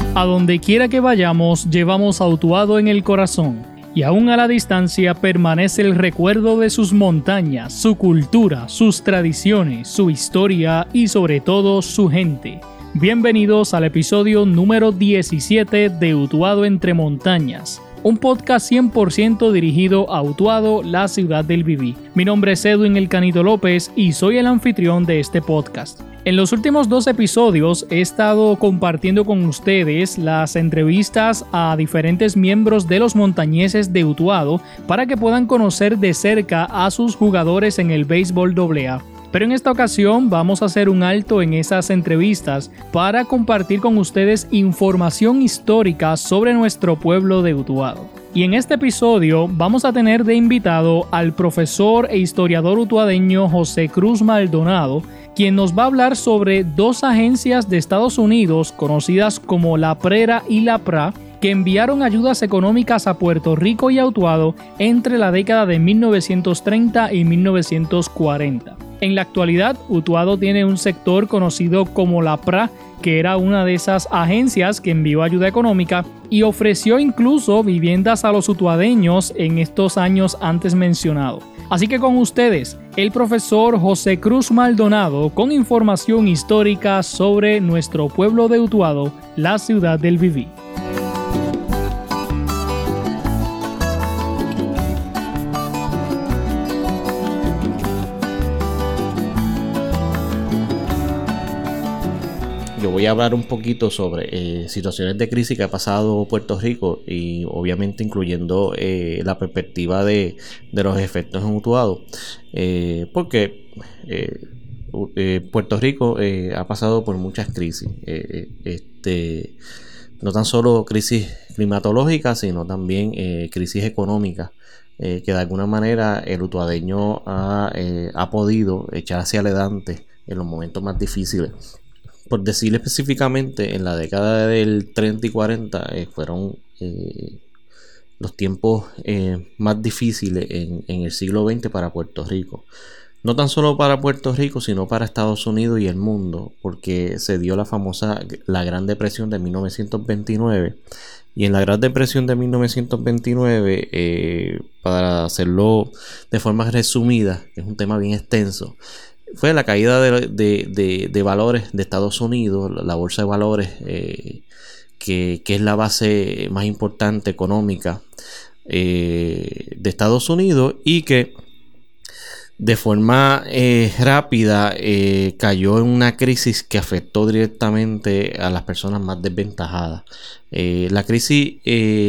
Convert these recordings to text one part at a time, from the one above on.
A donde quiera que vayamos, llevamos a Utuado en el corazón, y aún a la distancia permanece el recuerdo de sus montañas, su cultura, sus tradiciones, su historia y sobre todo su gente. Bienvenidos al episodio número 17 de Utuado entre montañas, un podcast 100% dirigido a Utuado, la ciudad del Viví. Mi nombre es Edwin El Canito López y soy el anfitrión de este podcast. En los últimos 2 episodios he estado compartiendo con ustedes las entrevistas a diferentes miembros de los montañeses de Utuado para que puedan conocer de cerca a sus jugadores en el béisbol AA. Pero en esta ocasión vamos a hacer un alto en esas entrevistas para compartir con ustedes información histórica sobre nuestro pueblo de Utuado. Y en este episodio vamos a tener de invitado al profesor e historiador utuadeño José Cruz Maldonado, quien nos va a hablar sobre 2 agencias de Estados Unidos conocidas como la PRERA y la PRA, que enviaron ayudas económicas a Puerto Rico y a Utuado entre la década de 1930 y 1940. En la actualidad, Utuado tiene un sector conocido como la PRA, que era una de esas agencias que envió ayuda económica y ofreció incluso viviendas a los utuadeños en estos años antes mencionados. Así que con ustedes, el profesor José Cruz Maldonado con información histórica sobre nuestro pueblo de Utuado, la ciudad del Viví. Yo voy a hablar un poquito sobre situaciones de crisis que ha pasado Puerto Rico y obviamente incluyendo la perspectiva de los efectos en Utuado, porque Puerto Rico ha pasado por muchas crisis, no tan solo crisis climatológicas, sino también crisis económicas, que de alguna manera el utuadeño ha podido echar hacia adelante en los momentos más difíciles. Por decir específicamente, en la década del 30 y 40 fueron los tiempos más difíciles en el siglo XX para Puerto Rico. No tan solo para Puerto Rico, sino para Estados Unidos y el mundo, porque se dio la Gran Depresión de 1929. Y en la Gran Depresión de 1929, para hacerlo de forma resumida, que es un tema bien extenso, fue la caída de valores de Estados Unidos, la bolsa de valores, que es la base más importante económica de Estados Unidos, y que de forma rápida cayó en una crisis que afectó directamente a las personas más desventajadas. La crisis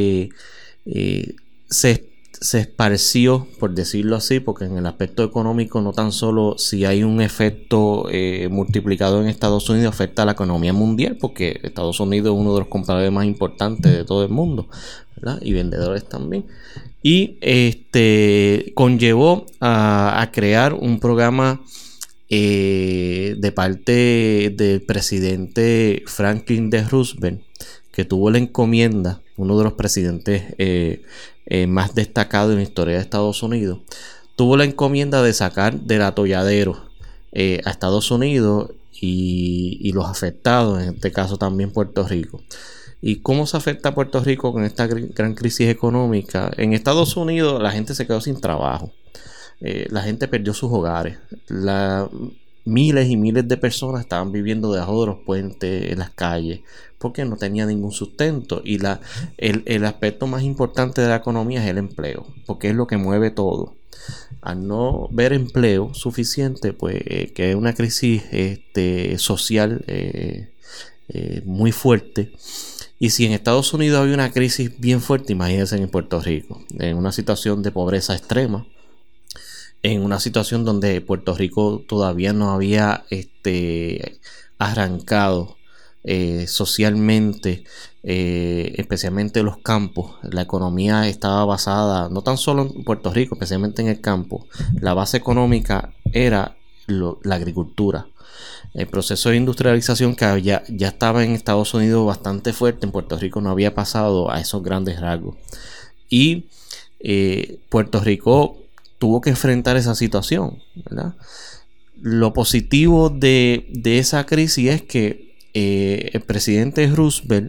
se esparció, por decirlo así, porque en el aspecto económico no tan solo si hay un efecto multiplicado en Estados Unidos afecta a la economía mundial, porque Estados Unidos es uno de los compradores más importantes de todo el mundo, ¿verdad? Y vendedores también. Y conllevó a crear un programa de parte del presidente Franklin D. Roosevelt, que tuvo la encomienda, uno de los presidentes más destacados en la historia de Estados Unidos, tuvo la encomienda de sacar del atolladero a Estados Unidos y los afectados, en este caso también Puerto Rico. ¿Y cómo se afecta a Puerto Rico con esta gran crisis económica? En Estados Unidos la gente se quedó sin trabajo, la gente perdió sus hogares, miles y miles de personas estaban viviendo debajo de los puentes, en las calles, porque no tenían ningún sustento. Y el aspecto más importante de la economía es el empleo, porque es lo que mueve todo. Al no ver empleo suficiente, pues que es una crisis social muy fuerte. Y si en Estados Unidos había una crisis bien fuerte, imagínense en Puerto Rico, en una situación de pobreza extrema, en una situación donde Puerto Rico todavía no había arrancado socialmente, especialmente los campos. La economía estaba basada no tan solo en Puerto Rico, especialmente en el campo. La base económica era la agricultura. El proceso de industrialización que ya estaba en Estados Unidos bastante fuerte, en Puerto Rico no había pasado a esos grandes rasgos. Y Puerto Rico tuvo que enfrentar esa situación, ¿verdad? Lo positivo de esa crisis es que el presidente Roosevelt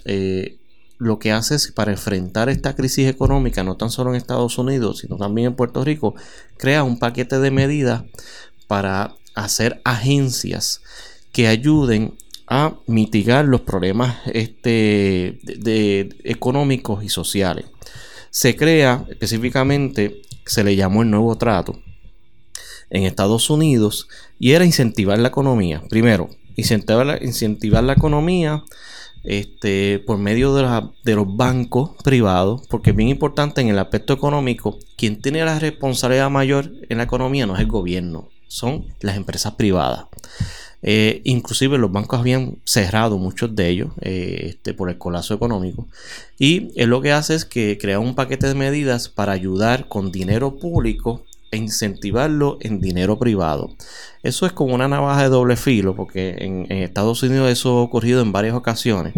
lo que hace es, para enfrentar esta crisis económica, no tan solo en Estados Unidos, sino también en Puerto Rico, crea un paquete de medidas para hacer agencias que ayuden a mitigar los problemas económicos y sociales. Se crea específicamente, se le llamó el Nuevo Trato en Estados Unidos, y era incentivar la economía. Primero, incentivar la economía por medio de los bancos privados, porque es bien importante en el aspecto económico. Quien tiene la responsabilidad mayor en la economía no es el gobierno, son las empresas privadas. Inclusive los bancos habían cerrado muchos de ellos por el colapso económico, y él lo que hace es que crea un paquete de medidas para ayudar con dinero público e incentivarlo en dinero privado. Eso es como una navaja de doble filo, porque en Estados Unidos eso ha ocurrido en varias ocasiones,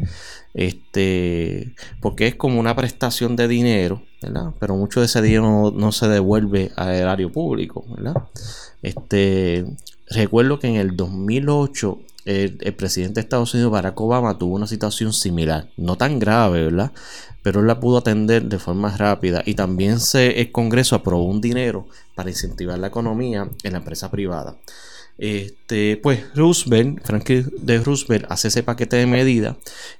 porque es como una prestación de dinero, ¿verdad? Pero mucho de ese dinero no se devuelve al erario público, ¿verdad? Recuerdo que en el 2008 el presidente de Estados Unidos, Barack Obama, tuvo una situación similar, no tan grave, ¿verdad? Pero él la pudo atender de forma rápida, y también el Congreso aprobó un dinero para incentivar la economía en la empresa privada. Pues Franklin D. Roosevelt hace ese paquete de medidas.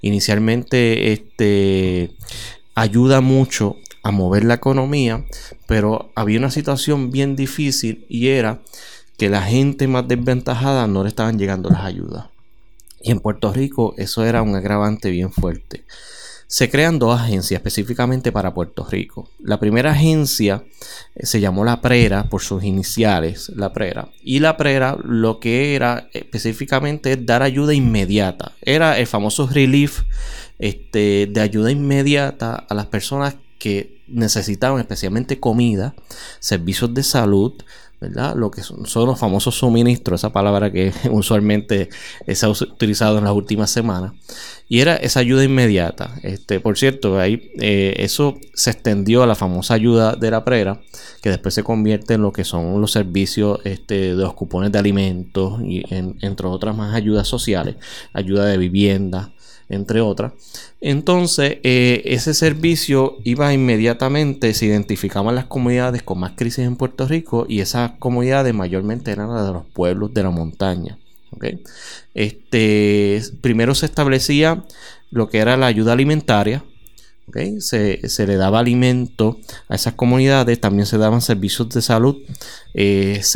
Inicialmente ayuda mucho a mover la economía, pero había una situación bien difícil, y era que la gente más desventajada no le estaban llegando las ayudas. Y en Puerto Rico eso era un agravante bien fuerte. Se crean dos agencias específicamente para Puerto Rico. La primera agencia se llamó La Prera, por sus iniciales, La Prera. Y La Prera lo que era específicamente es dar ayuda inmediata. Era el famoso relief de ayuda inmediata a las personas que necesitaban especialmente comida, servicios de salud, ¿verdad? Lo que son los famosos suministros, esa palabra que usualmente se ha utilizado en las últimas semanas, y era esa ayuda inmediata. Por cierto, ahí eso se extendió a la famosa ayuda de La Prera, que después se convierte en lo que son los servicios de los cupones de alimentos, y entre otras más ayudas sociales, ayuda de vivienda, entre otras. Entonces ese servicio iba inmediatamente, se identificaban las comunidades con más crisis en Puerto Rico, y esas comunidades mayormente eran las de los pueblos de la montaña. ¿Okay? Primero se establecía lo que era la ayuda alimentaria. ¿Okay? Se le daba alimento a esas comunidades, también se daban servicios de salud, se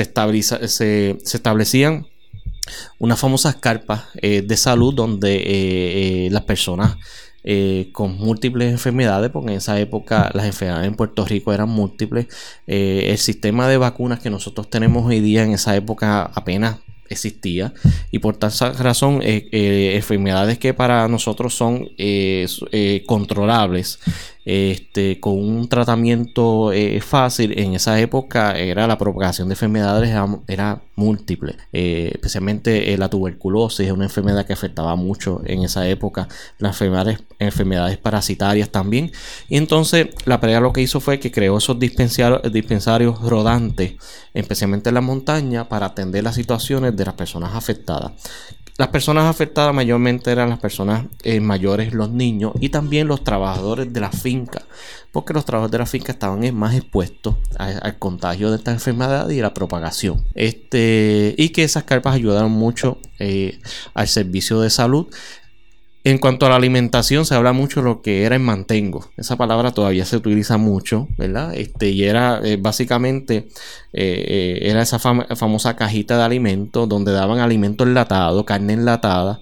establecían unas famosas carpas de salud donde las personas con múltiples enfermedades, porque en esa época las enfermedades en Puerto Rico eran múltiples, el sistema de vacunas que nosotros tenemos hoy día en esa época apenas existía, y por tal razón enfermedades que para nosotros son controlables con un tratamiento fácil, en esa época era la propagación de enfermedades era múltiple, especialmente la tuberculosis es una enfermedad que afectaba mucho en esa época, las enfermedades parasitarias también. Y entonces la Prera lo que hizo fue que creó esos dispensarios rodantes, especialmente en la montaña, para atender las situaciones de las personas afectadas. Las personas afectadas mayormente eran las personas mayores, los niños, y también los trabajadores de la finca, porque los trabajadores de la finca estaban más expuestos al contagio de esta enfermedad y la propagación. Y que esas carpas ayudaron mucho al servicio de salud. En cuanto a la alimentación, se habla mucho de lo que era el mantengo. Esa palabra todavía se utiliza mucho, ¿verdad? Y era básicamente era esa famosa cajita de alimentos donde daban alimento enlatado, carne enlatada,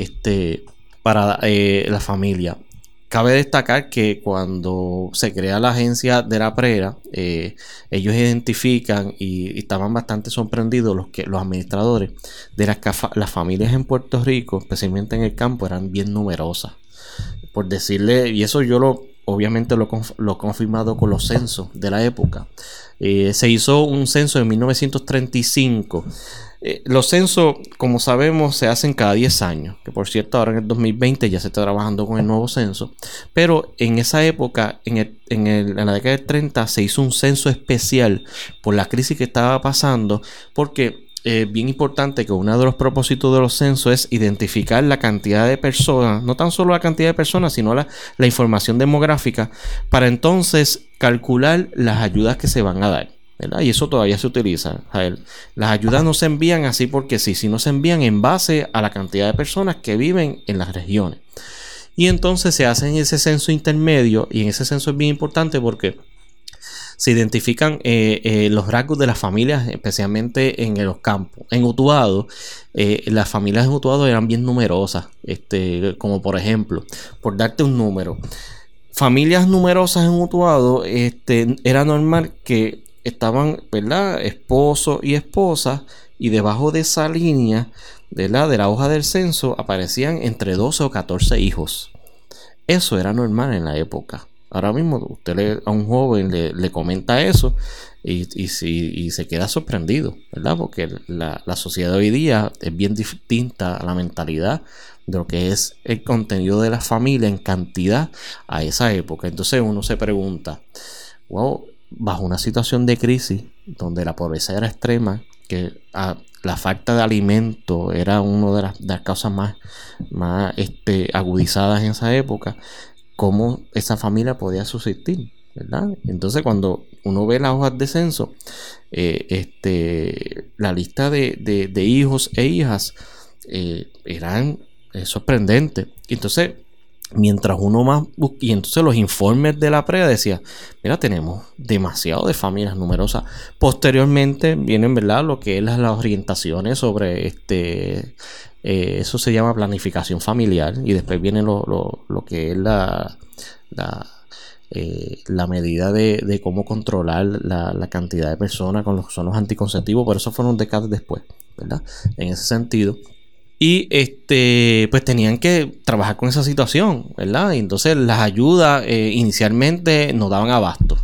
para la familia. Cabe destacar que cuando se crea la agencia de La Prera, ellos identifican y estaban bastante sorprendidos los administradores de las familias en Puerto Rico, especialmente en el campo, eran bien numerosas. Por decirle, y eso yo obviamente lo he confirmado con los censos de la época. Se hizo un censo en 1935. Los censos, como sabemos, se hacen cada 10 años, que por cierto ahora en el 2020 ya se está trabajando con el nuevo censo, pero en esa época, en la década del 30, se hizo un censo especial por la crisis que estaba pasando, porque bien importante que uno de los propósitos de los censos es identificar la cantidad de personas, no tan solo la cantidad de personas, sino la información demográfica, para entonces calcular las ayudas que se van a dar, ¿verdad? Y eso todavía se utiliza. Las ayudas no se envían así porque sí, sino se envían en base a la cantidad de personas que viven en las regiones. Y entonces se hace en ese censo intermedio, y en ese censo es bien importante porque se identifican los rasgos de las familias, especialmente en los campos. En Utuado, las familias en Utuado eran bien numerosas, como por ejemplo, por darte un número, familias numerosas en Utuado, era normal que estaban, ¿verdad?, esposo y esposa, y debajo de esa línea de la hoja del censo aparecían entre 12 o 14 hijos. Eso era normal en la época. Ahora mismo usted a un joven le comenta eso y se queda sorprendido, ¿verdad? Porque la sociedad de hoy día es bien distinta a la mentalidad de lo que es el contenido de la familia en cantidad a esa época. Entonces uno se pregunta, wow, bajo una situación de crisis donde la pobreza era extrema, que la falta de alimento era una de las causas más agudizadas en esa época, cómo esa familia podía subsistir, ¿verdad? Entonces cuando uno ve las hojas de censo, la lista de hijos e hijas eran sorprendentes. Entonces, mientras uno más y entonces los informes de la PREA decían, mira, tenemos demasiado de familias numerosas. Posteriormente vienen, ¿verdad?, lo que es las orientaciones sobre eso se llama planificación familiar, y después viene lo que es la medida de cómo controlar la cantidad de personas con son los anticonceptivos, pero eso fueron décadas después, ¿verdad?, en ese sentido. Y pues tenían que trabajar con esa situación, ¿verdad? Y entonces las ayudas inicialmente no daban abasto.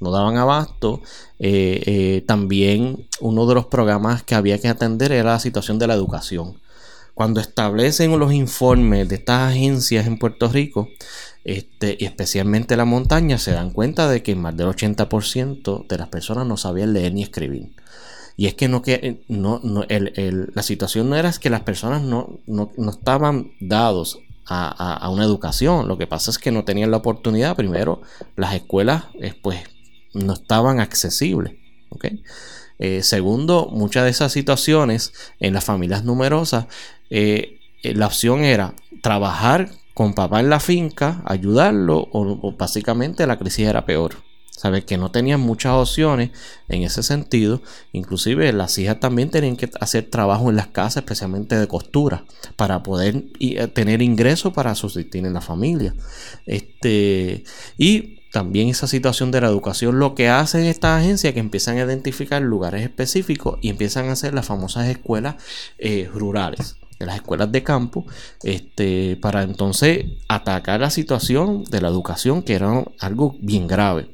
También uno de los programas que había que atender era la situación de la educación. Cuando establecen los informes de estas agencias en Puerto Rico, y especialmente la montaña, se dan cuenta de que más del 80% de las personas no sabían leer ni escribir. Y es que la situación no era que las personas no estaban dados a una educación. Lo que pasa es que no tenían la oportunidad. Primero, las escuelas pues no estaban accesibles, ¿okay? Segundo, muchas de esas situaciones en las familias numerosas, la opción era trabajar con papá en la finca, ayudarlo, o básicamente la crisis era peor. Sabes que no tenían muchas opciones en ese sentido. Inclusive las hijas también tenían que hacer trabajo en las casas, especialmente de costura, para poder tener ingresos para subsistir en la familia. Y también esa situación de la educación, lo que hacen estas agencias es que empiezan a identificar lugares específicos y empiezan a hacer las famosas escuelas rurales, de las escuelas de campo, para entonces atacar la situación de la educación, que era algo bien grave.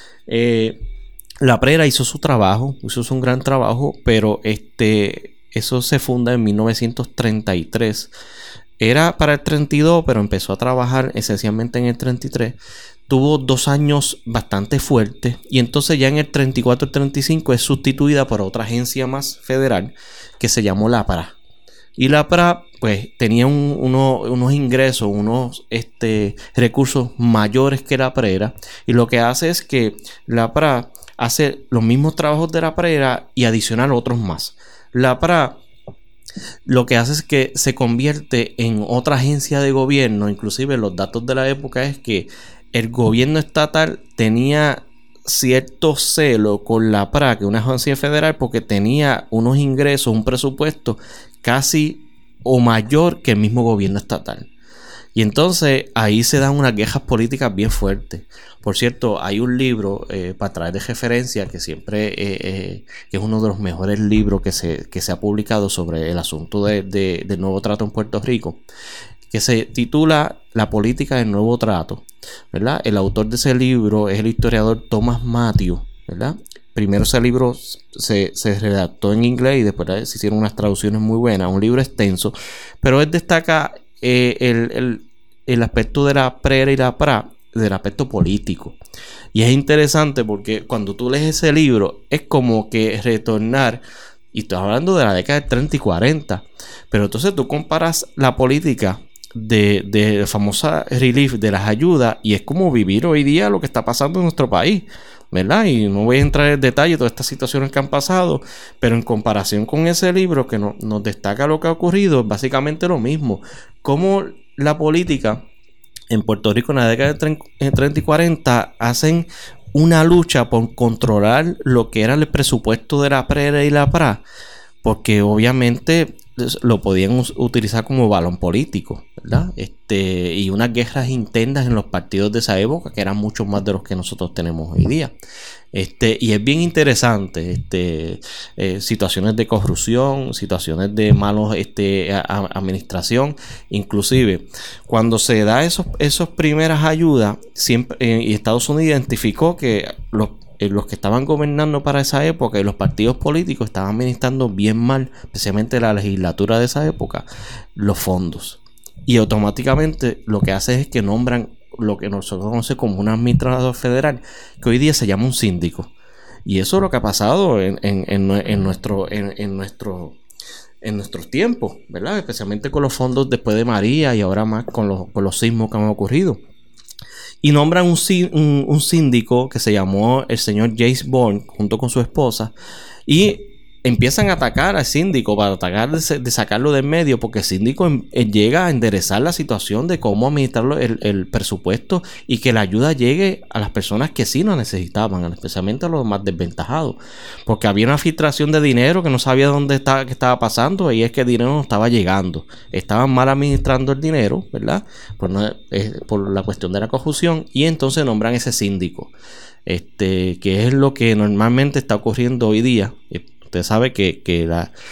La PREA hizo su trabajo, hizo un gran trabajo, pero eso se funda en 1933. Era para el 32, pero empezó a trabajar esencialmente en el 33. Tuvo 2 años bastante fuertes, y entonces ya en el 34 y 35 es sustituida por otra agencia más federal que se llamó la PRA. Y la PRA pues tenía unos ingresos, unos recursos mayores que la PREA, y lo que hace es que la PRA hace los mismos trabajos de la PREA y adicional otros más. La PRA lo que hace es que se convierte en otra agencia de gobierno. Inclusive los datos de la época es que el gobierno estatal tenía cierto celo con la PRA, que es una agencia federal, porque tenía unos ingresos, un presupuesto casi o mayor que el mismo gobierno estatal. Y entonces ahí se dan unas quejas políticas bien fuertes. Por cierto, hay un libro para traer de referencia que siempre que es uno de los mejores libros que se ha publicado sobre el asunto del nuevo trato en Puerto Rico, que se titula La política del nuevo trato, ¿verdad? El autor de ese libro es el historiador Thomas Matthew, ¿verdad? Primero ese libro se redactó en inglés y después se hicieron unas traducciones muy buenas. Un libro extenso, pero él destaca el aspecto de la PREA y la PRA, del aspecto político. Y es interesante porque cuando tú lees ese libro es como que retornar Y estoy hablando de la década del 30 y 40. Pero entonces tú comparas la política de la famosa relief, de las ayudas, y es como vivir hoy día lo que está pasando en nuestro país, ¿verdad? Y no voy a entrar en detalle de todas estas situaciones que han pasado, pero en comparación con ese libro que nos destaca lo que ha ocurrido, es básicamente lo mismo. Cómo la política en Puerto Rico en la década de 30 y 40 hacen una lucha por controlar lo que era el presupuesto de la PRERA y la PRA, porque obviamente lo podían utilizar como balón político, ¿verdad? Y unas guerras internas en los partidos de esa época que eran mucho más de los que nosotros tenemos hoy día. Y es bien interesante, situaciones de corrupción, situaciones de malos administración, inclusive cuando se da esos primeras ayudas, siempre y Estados Unidos identificó que los que estaban gobernando para esa época y los partidos políticos estaban administrando bien mal, especialmente la legislatura de esa época, los fondos. Y automáticamente lo que hace es que nombran lo que nosotros conocemos como un administrador federal, que hoy día se llama un síndico. Y eso es lo que ha pasado en nuestros tiempos, ¿verdad? Especialmente con los fondos después de María y ahora más con los sismos que han ocurrido. Y nombran un síndico que se llamó el señor James Bourne junto con su esposa, y empiezan a atacar al síndico para tratar de sacarlo del medio, porque el síndico llega a enderezar la situación de cómo administrar el presupuesto y que la ayuda llegue a las personas que sí lo necesitaban, especialmente a los más desventajados, porque había una filtración de dinero que no sabía qué estaba pasando, y es que el dinero no estaba llegando, estaban mal administrando el dinero, ¿verdad? Por la cuestión de la corrupción, y entonces nombran ese síndico, que es lo que normalmente está ocurriendo hoy día. Usted sabe que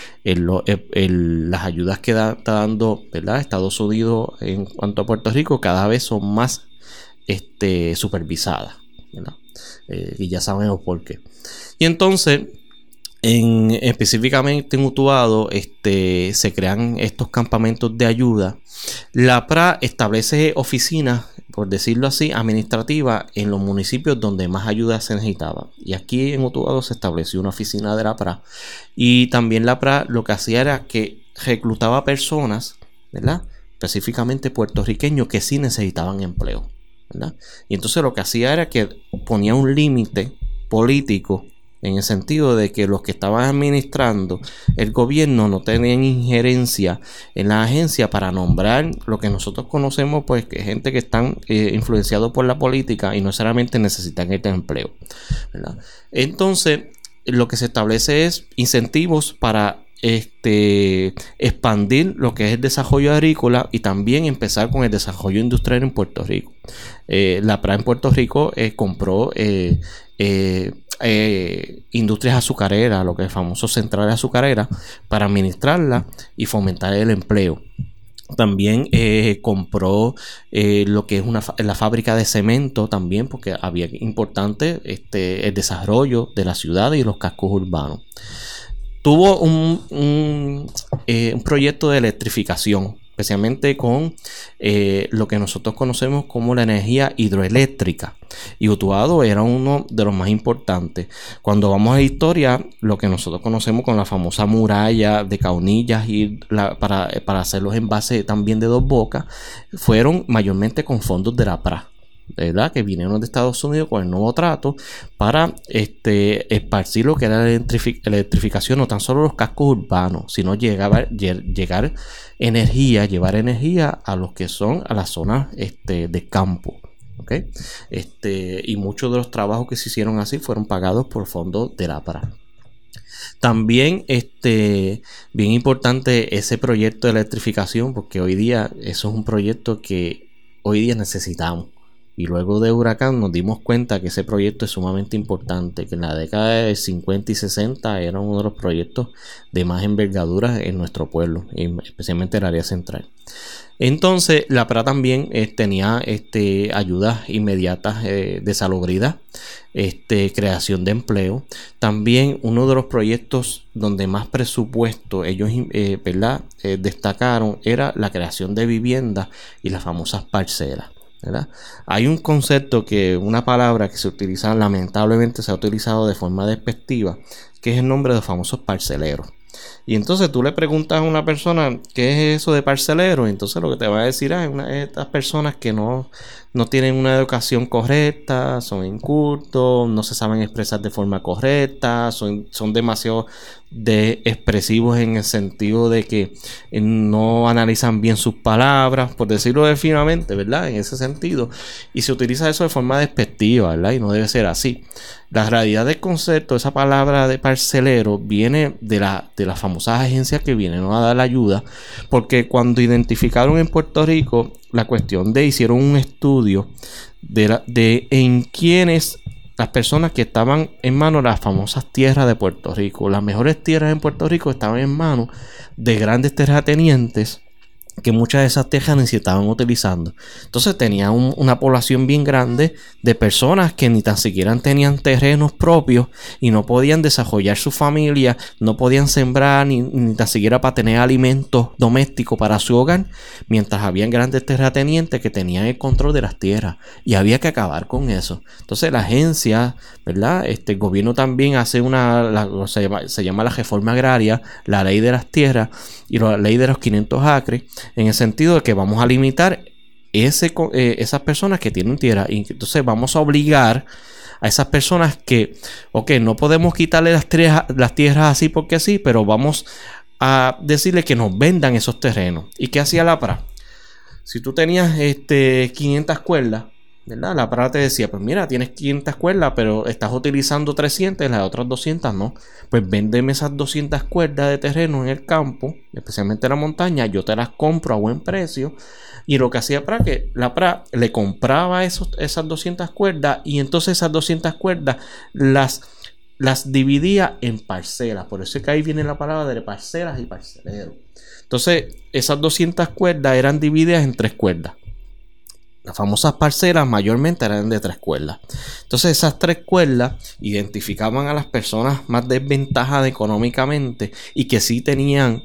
las ayudas que está dando, ¿verdad?, Estados Unidos en cuanto a Puerto Rico cada vez son más supervisadas, ¿verdad? Y ya sabemos por qué. Y entonces, específicamente en Utuado, se crean estos campamentos de ayuda. La PRA establece oficinas, por decirlo así, administrativas en los municipios donde más ayuda se necesitaba. Y aquí en Utuado se estableció una oficina de la PRA. Y también la PRA lo que hacía era que reclutaba personas, ¿verdad?, específicamente puertorriqueños que sí necesitaban empleo, ¿verdad? Y entonces lo que hacía era que ponía un límite político, en el sentido de que los que estaban administrando el gobierno no tenían injerencia en la agencia para nombrar lo que nosotros conocemos, pues, que gente que están influenciados por la política y no necesariamente necesitan este empleo, ¿verdad? Entonces, lo que se establece es incentivos para expandir lo que es el desarrollo agrícola y también empezar con el desarrollo industrial en Puerto Rico. La PRA en Puerto Rico compró industrias azucareras, lo que es famoso centrales azucareras, para administrarla y fomentar el empleo. También compró lo que es la fábrica de cemento también, porque había importante el desarrollo de la ciudad y los cascos urbanos. Tuvo un proyecto de electrificación, especialmente con lo que nosotros conocemos como la energía hidroeléctrica. Y Utuado era uno de los más importantes. Cuando vamos a la historia, lo que nosotros conocemos con la famosa muralla de Caunillas y para hacer los envases también de Dos Bocas, fueron mayormente con fondos de la PRA, ¿verdad?, que vinieron de Estados Unidos con el nuevo trato para esparcir lo que era la electrificación, no tan solo los cascos urbanos, sino llevar energía a los que son a las zonas de campo. ¿Okay? Y muchos de los trabajos que se hicieron así fueron pagados por fondos de la PRA. También bien importante ese proyecto de electrificación, porque hoy día eso es un proyecto que hoy día necesitamos. Y luego de Huracán nos dimos cuenta que ese proyecto es sumamente importante, que en la década de 50 y 60 era uno de los proyectos de más envergadura en nuestro pueblo, especialmente el área central. Entonces la PRA también tenía ayudas inmediatas de salubridad, creación de empleo. También uno de los proyectos donde más presupuesto ellos destacaron era la creación de viviendas y las famosas parcelas, ¿verdad? Hay un concepto una palabra que se utiliza, lamentablemente se ha utilizado de forma despectiva, que es el nombre de los famosos parceleros. Y entonces tú le preguntas a una persona qué es eso de parcelero, y entonces lo que te va a decir es estas personas que no tienen una educación correcta, son incultos, no se saben expresar de forma correcta, son demasiado expresivos en el sentido de que no analizan bien sus palabras, por decirlo finamente, ¿verdad? En ese sentido. Y se utiliza eso de forma despectiva, ¿verdad? Y no debe ser así. La realidad del concepto, esa palabra de parcelero, viene de las famosas agencias que vienen a dar la ayuda, porque cuando identificaron en Puerto Rico la cuestión hicieron un estudio de en quiénes las personas que estaban en manos de las famosas tierras de Puerto Rico. Las mejores tierras en Puerto Rico estaban en manos de grandes terratenientes que muchas de esas tierras ni se estaban utilizando. Entonces tenía una población bien grande de personas que ni tan siquiera tenían terrenos propios y no podían desarrollar su familia, no podían sembrar ni tan siquiera para tener alimentos domésticos para su hogar, mientras habían grandes terratenientes que tenían el control de las tierras, y había que acabar con eso. Entonces la agencia, ¿verdad? El gobierno también hace se llama la reforma agraria, la ley de las tierras y la ley de los 500 acres, en el sentido de que vamos a limitar esas personas que tienen tierra, y entonces vamos a obligar a esas personas que, no podemos quitarle las tierras así porque sí, pero vamos a decirle que nos vendan esos terrenos. ¿Y qué hacía la PRA? Si tú tenías 500 cuerdas, ¿verdad? La PRA te decía, pues mira, tienes 500 cuerdas, pero estás utilizando 300 y las otras 200 no. Pues véndeme esas 200 cuerdas de terreno en el campo, especialmente en la montaña, yo te las compro a buen precio. Y lo que hacía la PRA le compraba esas 200 cuerdas, y entonces esas 200 cuerdas las dividía en parcelas. Por eso es que ahí viene la palabra de parcelas y parceleros. Entonces esas 200 cuerdas eran divididas en 3 cuerdas. Las famosas parcelas mayormente eran de 3 cuerdas. Entonces esas 3 cuerdas identificaban a las personas más desventajadas económicamente y que sí tenían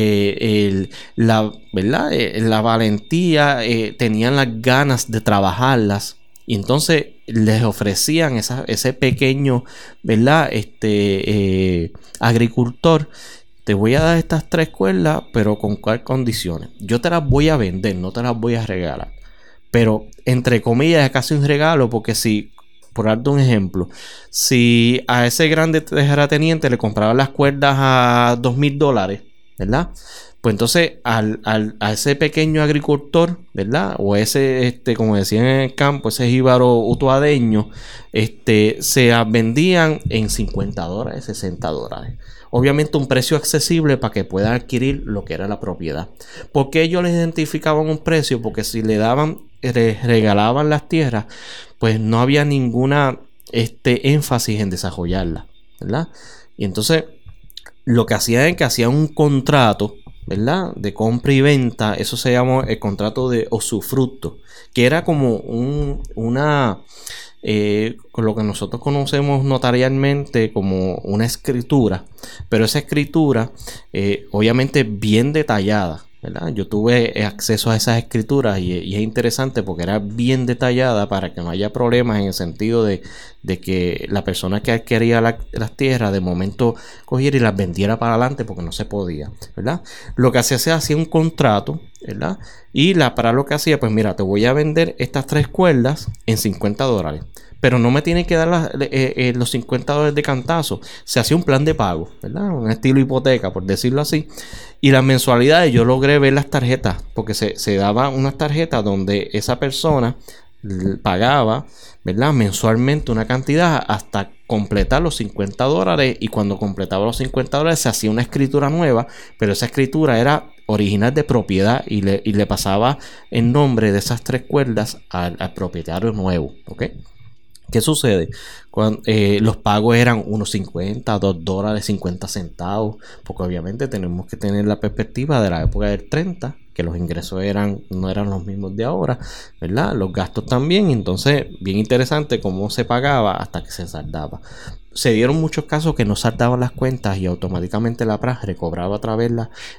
la valentía, tenían las ganas de trabajarlas, y entonces les ofrecían ese pequeño, ¿verdad? Agricultor: te voy a dar estas 3 cuerdas, pero ¿con cuáles condiciones? Yo te las voy a vender, no te las voy a regalar. Pero entre comillas es casi un regalo, porque si, por darte un ejemplo, si a ese grande terrateniente le compraban las cuerdas a $2,000, ¿verdad? Pues entonces a ese pequeño agricultor, ¿verdad? O ese, como decían en el campo, ese jíbaro utuadeño, se vendían en $50, $60. Obviamente un precio accesible para que puedan adquirir lo que era la propiedad. ¿Por qué ellos les identificaban un precio? Porque si le regalaban las tierras, pues no había ninguna énfasis en desarrollarlas, ¿verdad? Y entonces lo que hacían es que hacían un contrato, ¿verdad? De compra y venta. Eso se llama el contrato de usufructo, que era como con lo que nosotros conocemos notarialmente como una escritura, pero esa escritura obviamente bien detallada, ¿verdad? Yo tuve acceso a esas escrituras y es interesante porque era bien detallada para que no haya problemas, en el sentido de que la persona que adquiría las tierras de momento cogiera y las vendiera para adelante, porque no se podía, ¿verdad? Lo que hacía un contrato, ¿verdad? Y la PRA lo que hacía, pues mira, te voy a vender estas 3 cuerdas en $50, pero no me tiene que dar los $50 de cantazo. Se hacía un plan de pago, ¿verdad? Un estilo hipoteca, por decirlo así. Y las mensualidades, yo logré ver las tarjetas, porque se daba unas tarjetas donde esa persona pagaba, ¿verdad?, mensualmente una cantidad hasta completar los $50, y cuando completaba los $50 se hacía una escritura nueva, pero esa escritura era original de propiedad y le pasaba el nombre de esas 3 cuerdas al propietario nuevo, ¿ok? ¿Qué sucede? Cuando los pagos eran unos $50, $2, 50 centavos, porque obviamente tenemos que tener la perspectiva de la época del 30, que los ingresos no eran los mismos de ahora, ¿verdad? Los gastos también. Entonces, bien interesante cómo se pagaba hasta que se saldaba. se dieron muchos casos que no saltaban las cuentas y automáticamente la PRA recobraba otra vez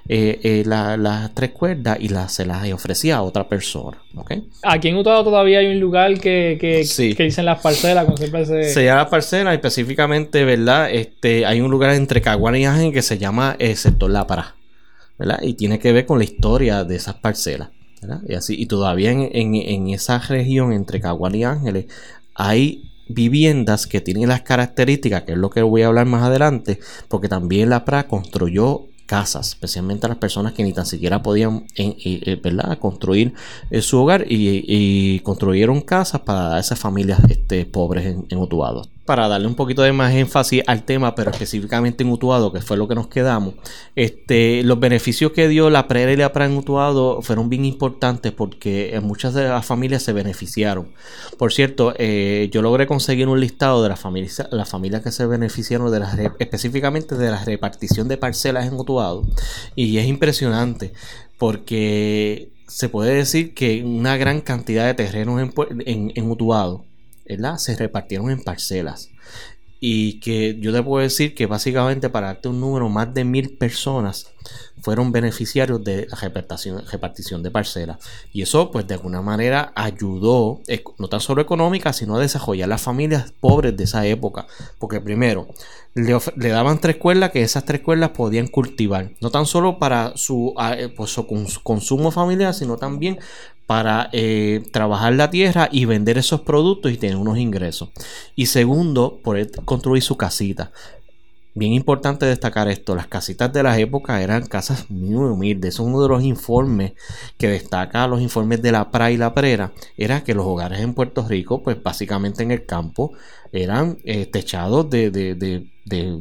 las 3 cuerdas y se las ofrecía a otra persona. ¿Okay? Aquí en Utuado todavía hay un lugar que dicen las parcelas. Se llama las parcelas, específicamente, ¿verdad? Hay un lugar entre Caguana y Ángeles que se llama el sector La PRA, ¿verdad? Y tiene que ver con la historia de esas parcelas, ¿verdad? Y todavía en esa región entre Caguana y Ángeles hay viviendas que tienen las características, que es lo que voy a hablar más adelante, porque también la PRA construyó casas, especialmente a las personas que ni tan siquiera podían ¿verdad? construir su hogar, y construyeron casas para esas familias pobres en Utuado. Para darle un poquito de más énfasis al tema, pero específicamente en Utuado, que fue lo que nos quedamos, los beneficios que dio la PREA y la PRA en Utuado fueron bien importantes porque muchas de las familias se beneficiaron. Por cierto, yo logré conseguir un listado de las familias que se beneficiaron específicamente de la repartición de parcelas en Utuado, y es impresionante porque se puede decir que una gran cantidad de terrenos en Utuado, ¿verdad? Se repartieron en parcelas, y que yo te puedo decir que básicamente, para darte un número, más de 1,000 personas fueron beneficiarios de la repartición de parcelas, y eso pues de alguna manera ayudó, no tan solo económica, sino a desarrollar las familias pobres de esa época, porque primero le daban 3 cuerdas, que esas 3 cuerdas podían cultivar, no tan solo para su consumo familiar, sino también para trabajar la tierra y vender esos productos y tener unos ingresos. Y segundo, poder construir su casita. Bien importante destacar esto: las casitas de la época eran casas muy humildes. Es uno de los informes que destaca los informes de la PRA y la PRERA, era que los hogares en Puerto Rico, pues básicamente en el campo, eran techados de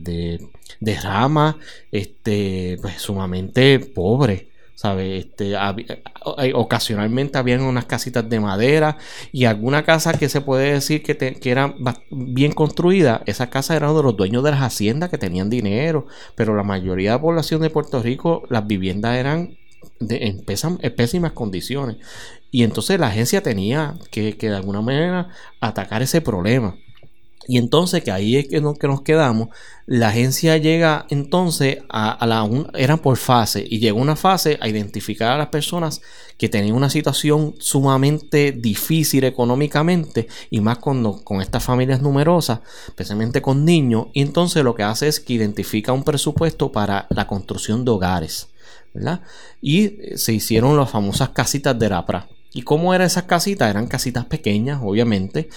ramas, pues sumamente pobres, ¿sabes? Ocasionalmente habían unas casitas de madera, y alguna casa que se puede decir que era bien construida. Esas casas eran de los dueños de las haciendas que tenían dinero, pero la mayoría de la población de Puerto Rico, las viviendas eran en pésimas condiciones, y entonces la agencia tenía que de alguna manera atacar ese problema. Y entonces, que ahí es que nos quedamos, la agencia llega entonces eran por fase, y llegó una fase a identificar a las personas que tenían una situación sumamente difícil económicamente, y más con estas familias numerosas, especialmente con niños. Y entonces lo que hace es que identifica un presupuesto para la construcción de hogares, ¿verdad? Y se hicieron las famosas casitas de la PRA. ¿Y cómo eran esas casitas? Eran casitas pequeñas, obviamente,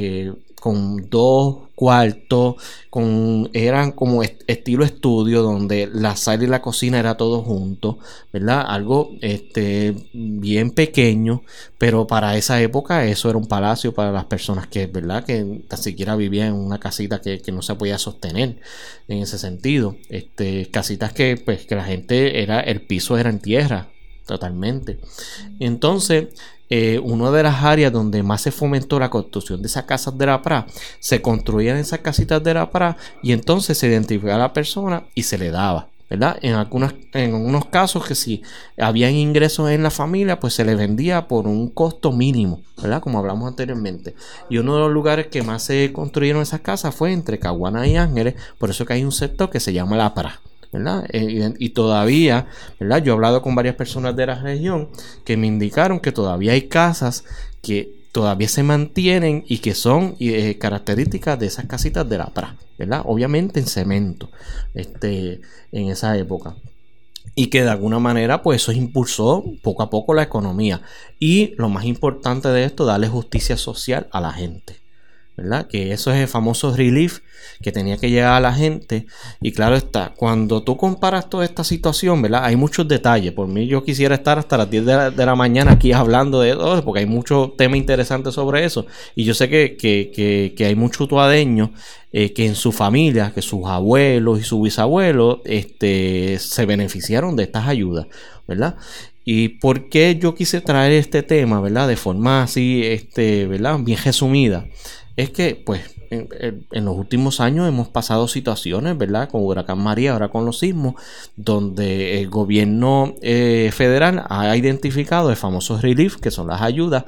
con 2 cuartos, eran como estilo estudio, donde la sala y la cocina era todo junto, ¿verdad? Algo bien pequeño, pero para esa época eso era un palacio para las personas que, ¿verdad?, que ni siquiera vivían en una casita que no se podía sostener en ese sentido. Casitas que la gente el piso era en tierra totalmente. Entonces, una de las áreas donde más se fomentó la construcción de esas casas de la PRA, se construían esas casitas de la PRA, y entonces se identificaba a la persona y se le daba, ¿verdad? En algunos casos, que si habían ingresos en la familia, pues se le vendía por un costo mínimo, ¿verdad? Como hablamos anteriormente. Y uno de los lugares que más se construyeron esas casas fue entre Caguana y Ángeles, por eso que hay un sector que se llama la PRA, ¿verdad? Y todavía, ¿verdad?, yo he hablado con varias personas de la región que me indicaron que todavía hay casas que todavía se mantienen y que son características de esas casitas de la PRA, ¿verdad? Obviamente en cemento, en esa época. Y que de alguna manera pues eso impulsó poco a poco la economía. Y lo más importante de esto, darle justicia social a la gente, ¿verdad? Que eso es el famoso relief que tenía que llegar a la gente. Y claro está, cuando tú comparas toda esta situación, ¿verdad?, hay muchos detalles. Por mí yo quisiera estar hasta las 10 de la mañana aquí hablando de todo, porque hay muchos temas interesantes sobre eso. Y yo sé que hay muchos utuadeños que en su familia, que sus abuelos y sus bisabuelos se beneficiaron de estas ayudas, ¿verdad? ¿Y por qué yo quise traer este tema, ¿verdad?, de forma así, ¿verdad?, bien resumida? Es que, pues, en los últimos años hemos pasado situaciones, ¿verdad? Con Huracán María, ahora con los sismos, donde el gobierno federal ha identificado el famoso relief, que son las ayudas,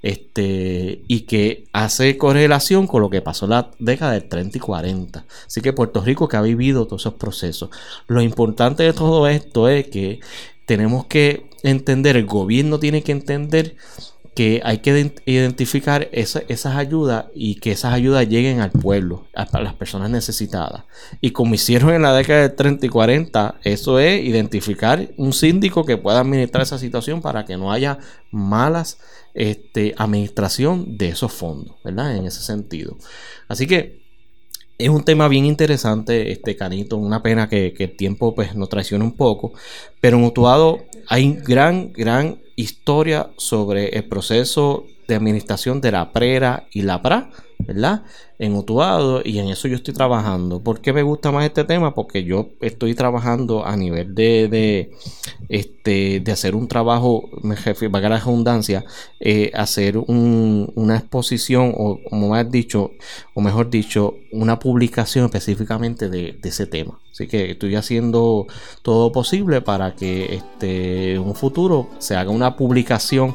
y que hace correlación con lo que pasó en la década del 30 y 40. Así que Puerto Rico, que ha vivido todos esos procesos. Lo importante de todo esto es que tenemos que entender, el gobierno tiene que entender que hay que identificar esas ayudas y que esas ayudas lleguen al pueblo, a las personas necesitadas. Y como hicieron en la década del 30 y 40, eso es identificar un síndico que pueda administrar esa situación para que no haya malas administración de esos fondos, ¿verdad? En ese sentido. Así que es un tema bien interesante, Canito. Una pena que el tiempo pues nos traiciona un poco. Pero en Utuado hay gran historia sobre el proceso de administración de la PRERA y la PRA, ¿verdad? En Utuado, y en eso yo estoy trabajando. ¿Por qué me gusta más este tema? Porque yo estoy trabajando a nivel de hacer un trabajo, valga la redundancia, hacer una exposición, o mejor dicho, una publicación específicamente de ese tema. Así que estoy haciendo todo posible para que en un futuro se haga una publicación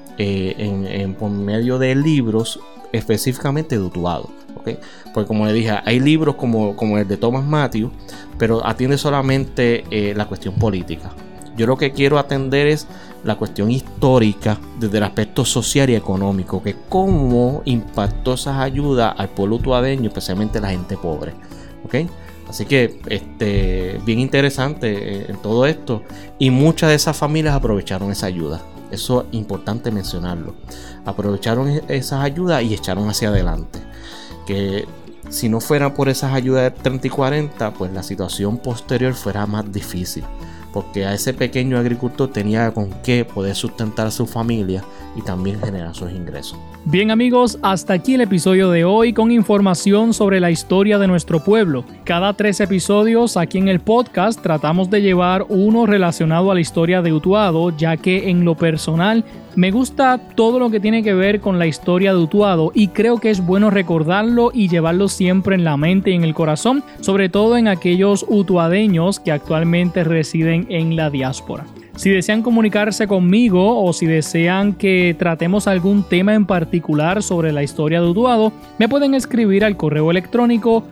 por medio de libros específicamente de Utuado, ¿okay? Porque como le dije, hay libros como el de Thomas Matthews, pero atiende solamente la cuestión política. Yo lo que quiero atender es la cuestión histórica desde el aspecto social y económico, que cómo impactó esas ayudas al pueblo utuadeño, especialmente la gente pobre, ¿okay? Así que bien interesante en todo esto, y muchas de esas familias aprovecharon esa ayuda. Eso es importante mencionarlo. Aprovecharon esas ayudas y echaron hacia adelante. Que si no fuera por esas ayudas de 30 y 40, pues la situación posterior fuera más difícil. Porque a ese pequeño agricultor tenía con qué poder sustentar a su familia y también generar sus ingresos. Bien amigos, hasta aquí el episodio de hoy con información sobre la historia de nuestro pueblo. Cada 3 episodios aquí en el podcast tratamos de llevar uno relacionado a la historia de Utuado, ya que en lo personal me gusta todo lo que tiene que ver con la historia de Utuado y creo que es bueno recordarlo y llevarlo siempre en la mente y en el corazón, sobre todo en aquellos utuadeños que actualmente residen en la diáspora. Si desean comunicarse conmigo o si desean que tratemos algún tema en particular sobre la historia de Utuado, me pueden escribir al correo electrónico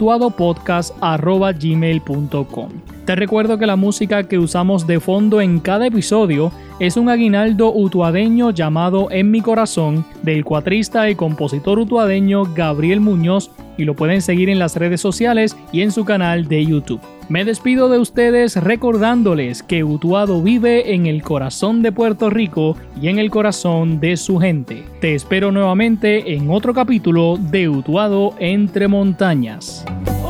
utuadopodcast@gmail.com. Te recuerdo que la música que usamos de fondo en cada episodio es un aguinaldo utuadeño llamado En mi corazón, del cuatrista y compositor utuadeño Gabriel Muñoz, y lo pueden seguir en las redes sociales y en su canal de YouTube. Me despido de ustedes recordándoles que Utuado vive en el corazón de Puerto Rico y en el corazón de su gente. Te espero nuevamente en otro capítulo de Utuado entre montañas.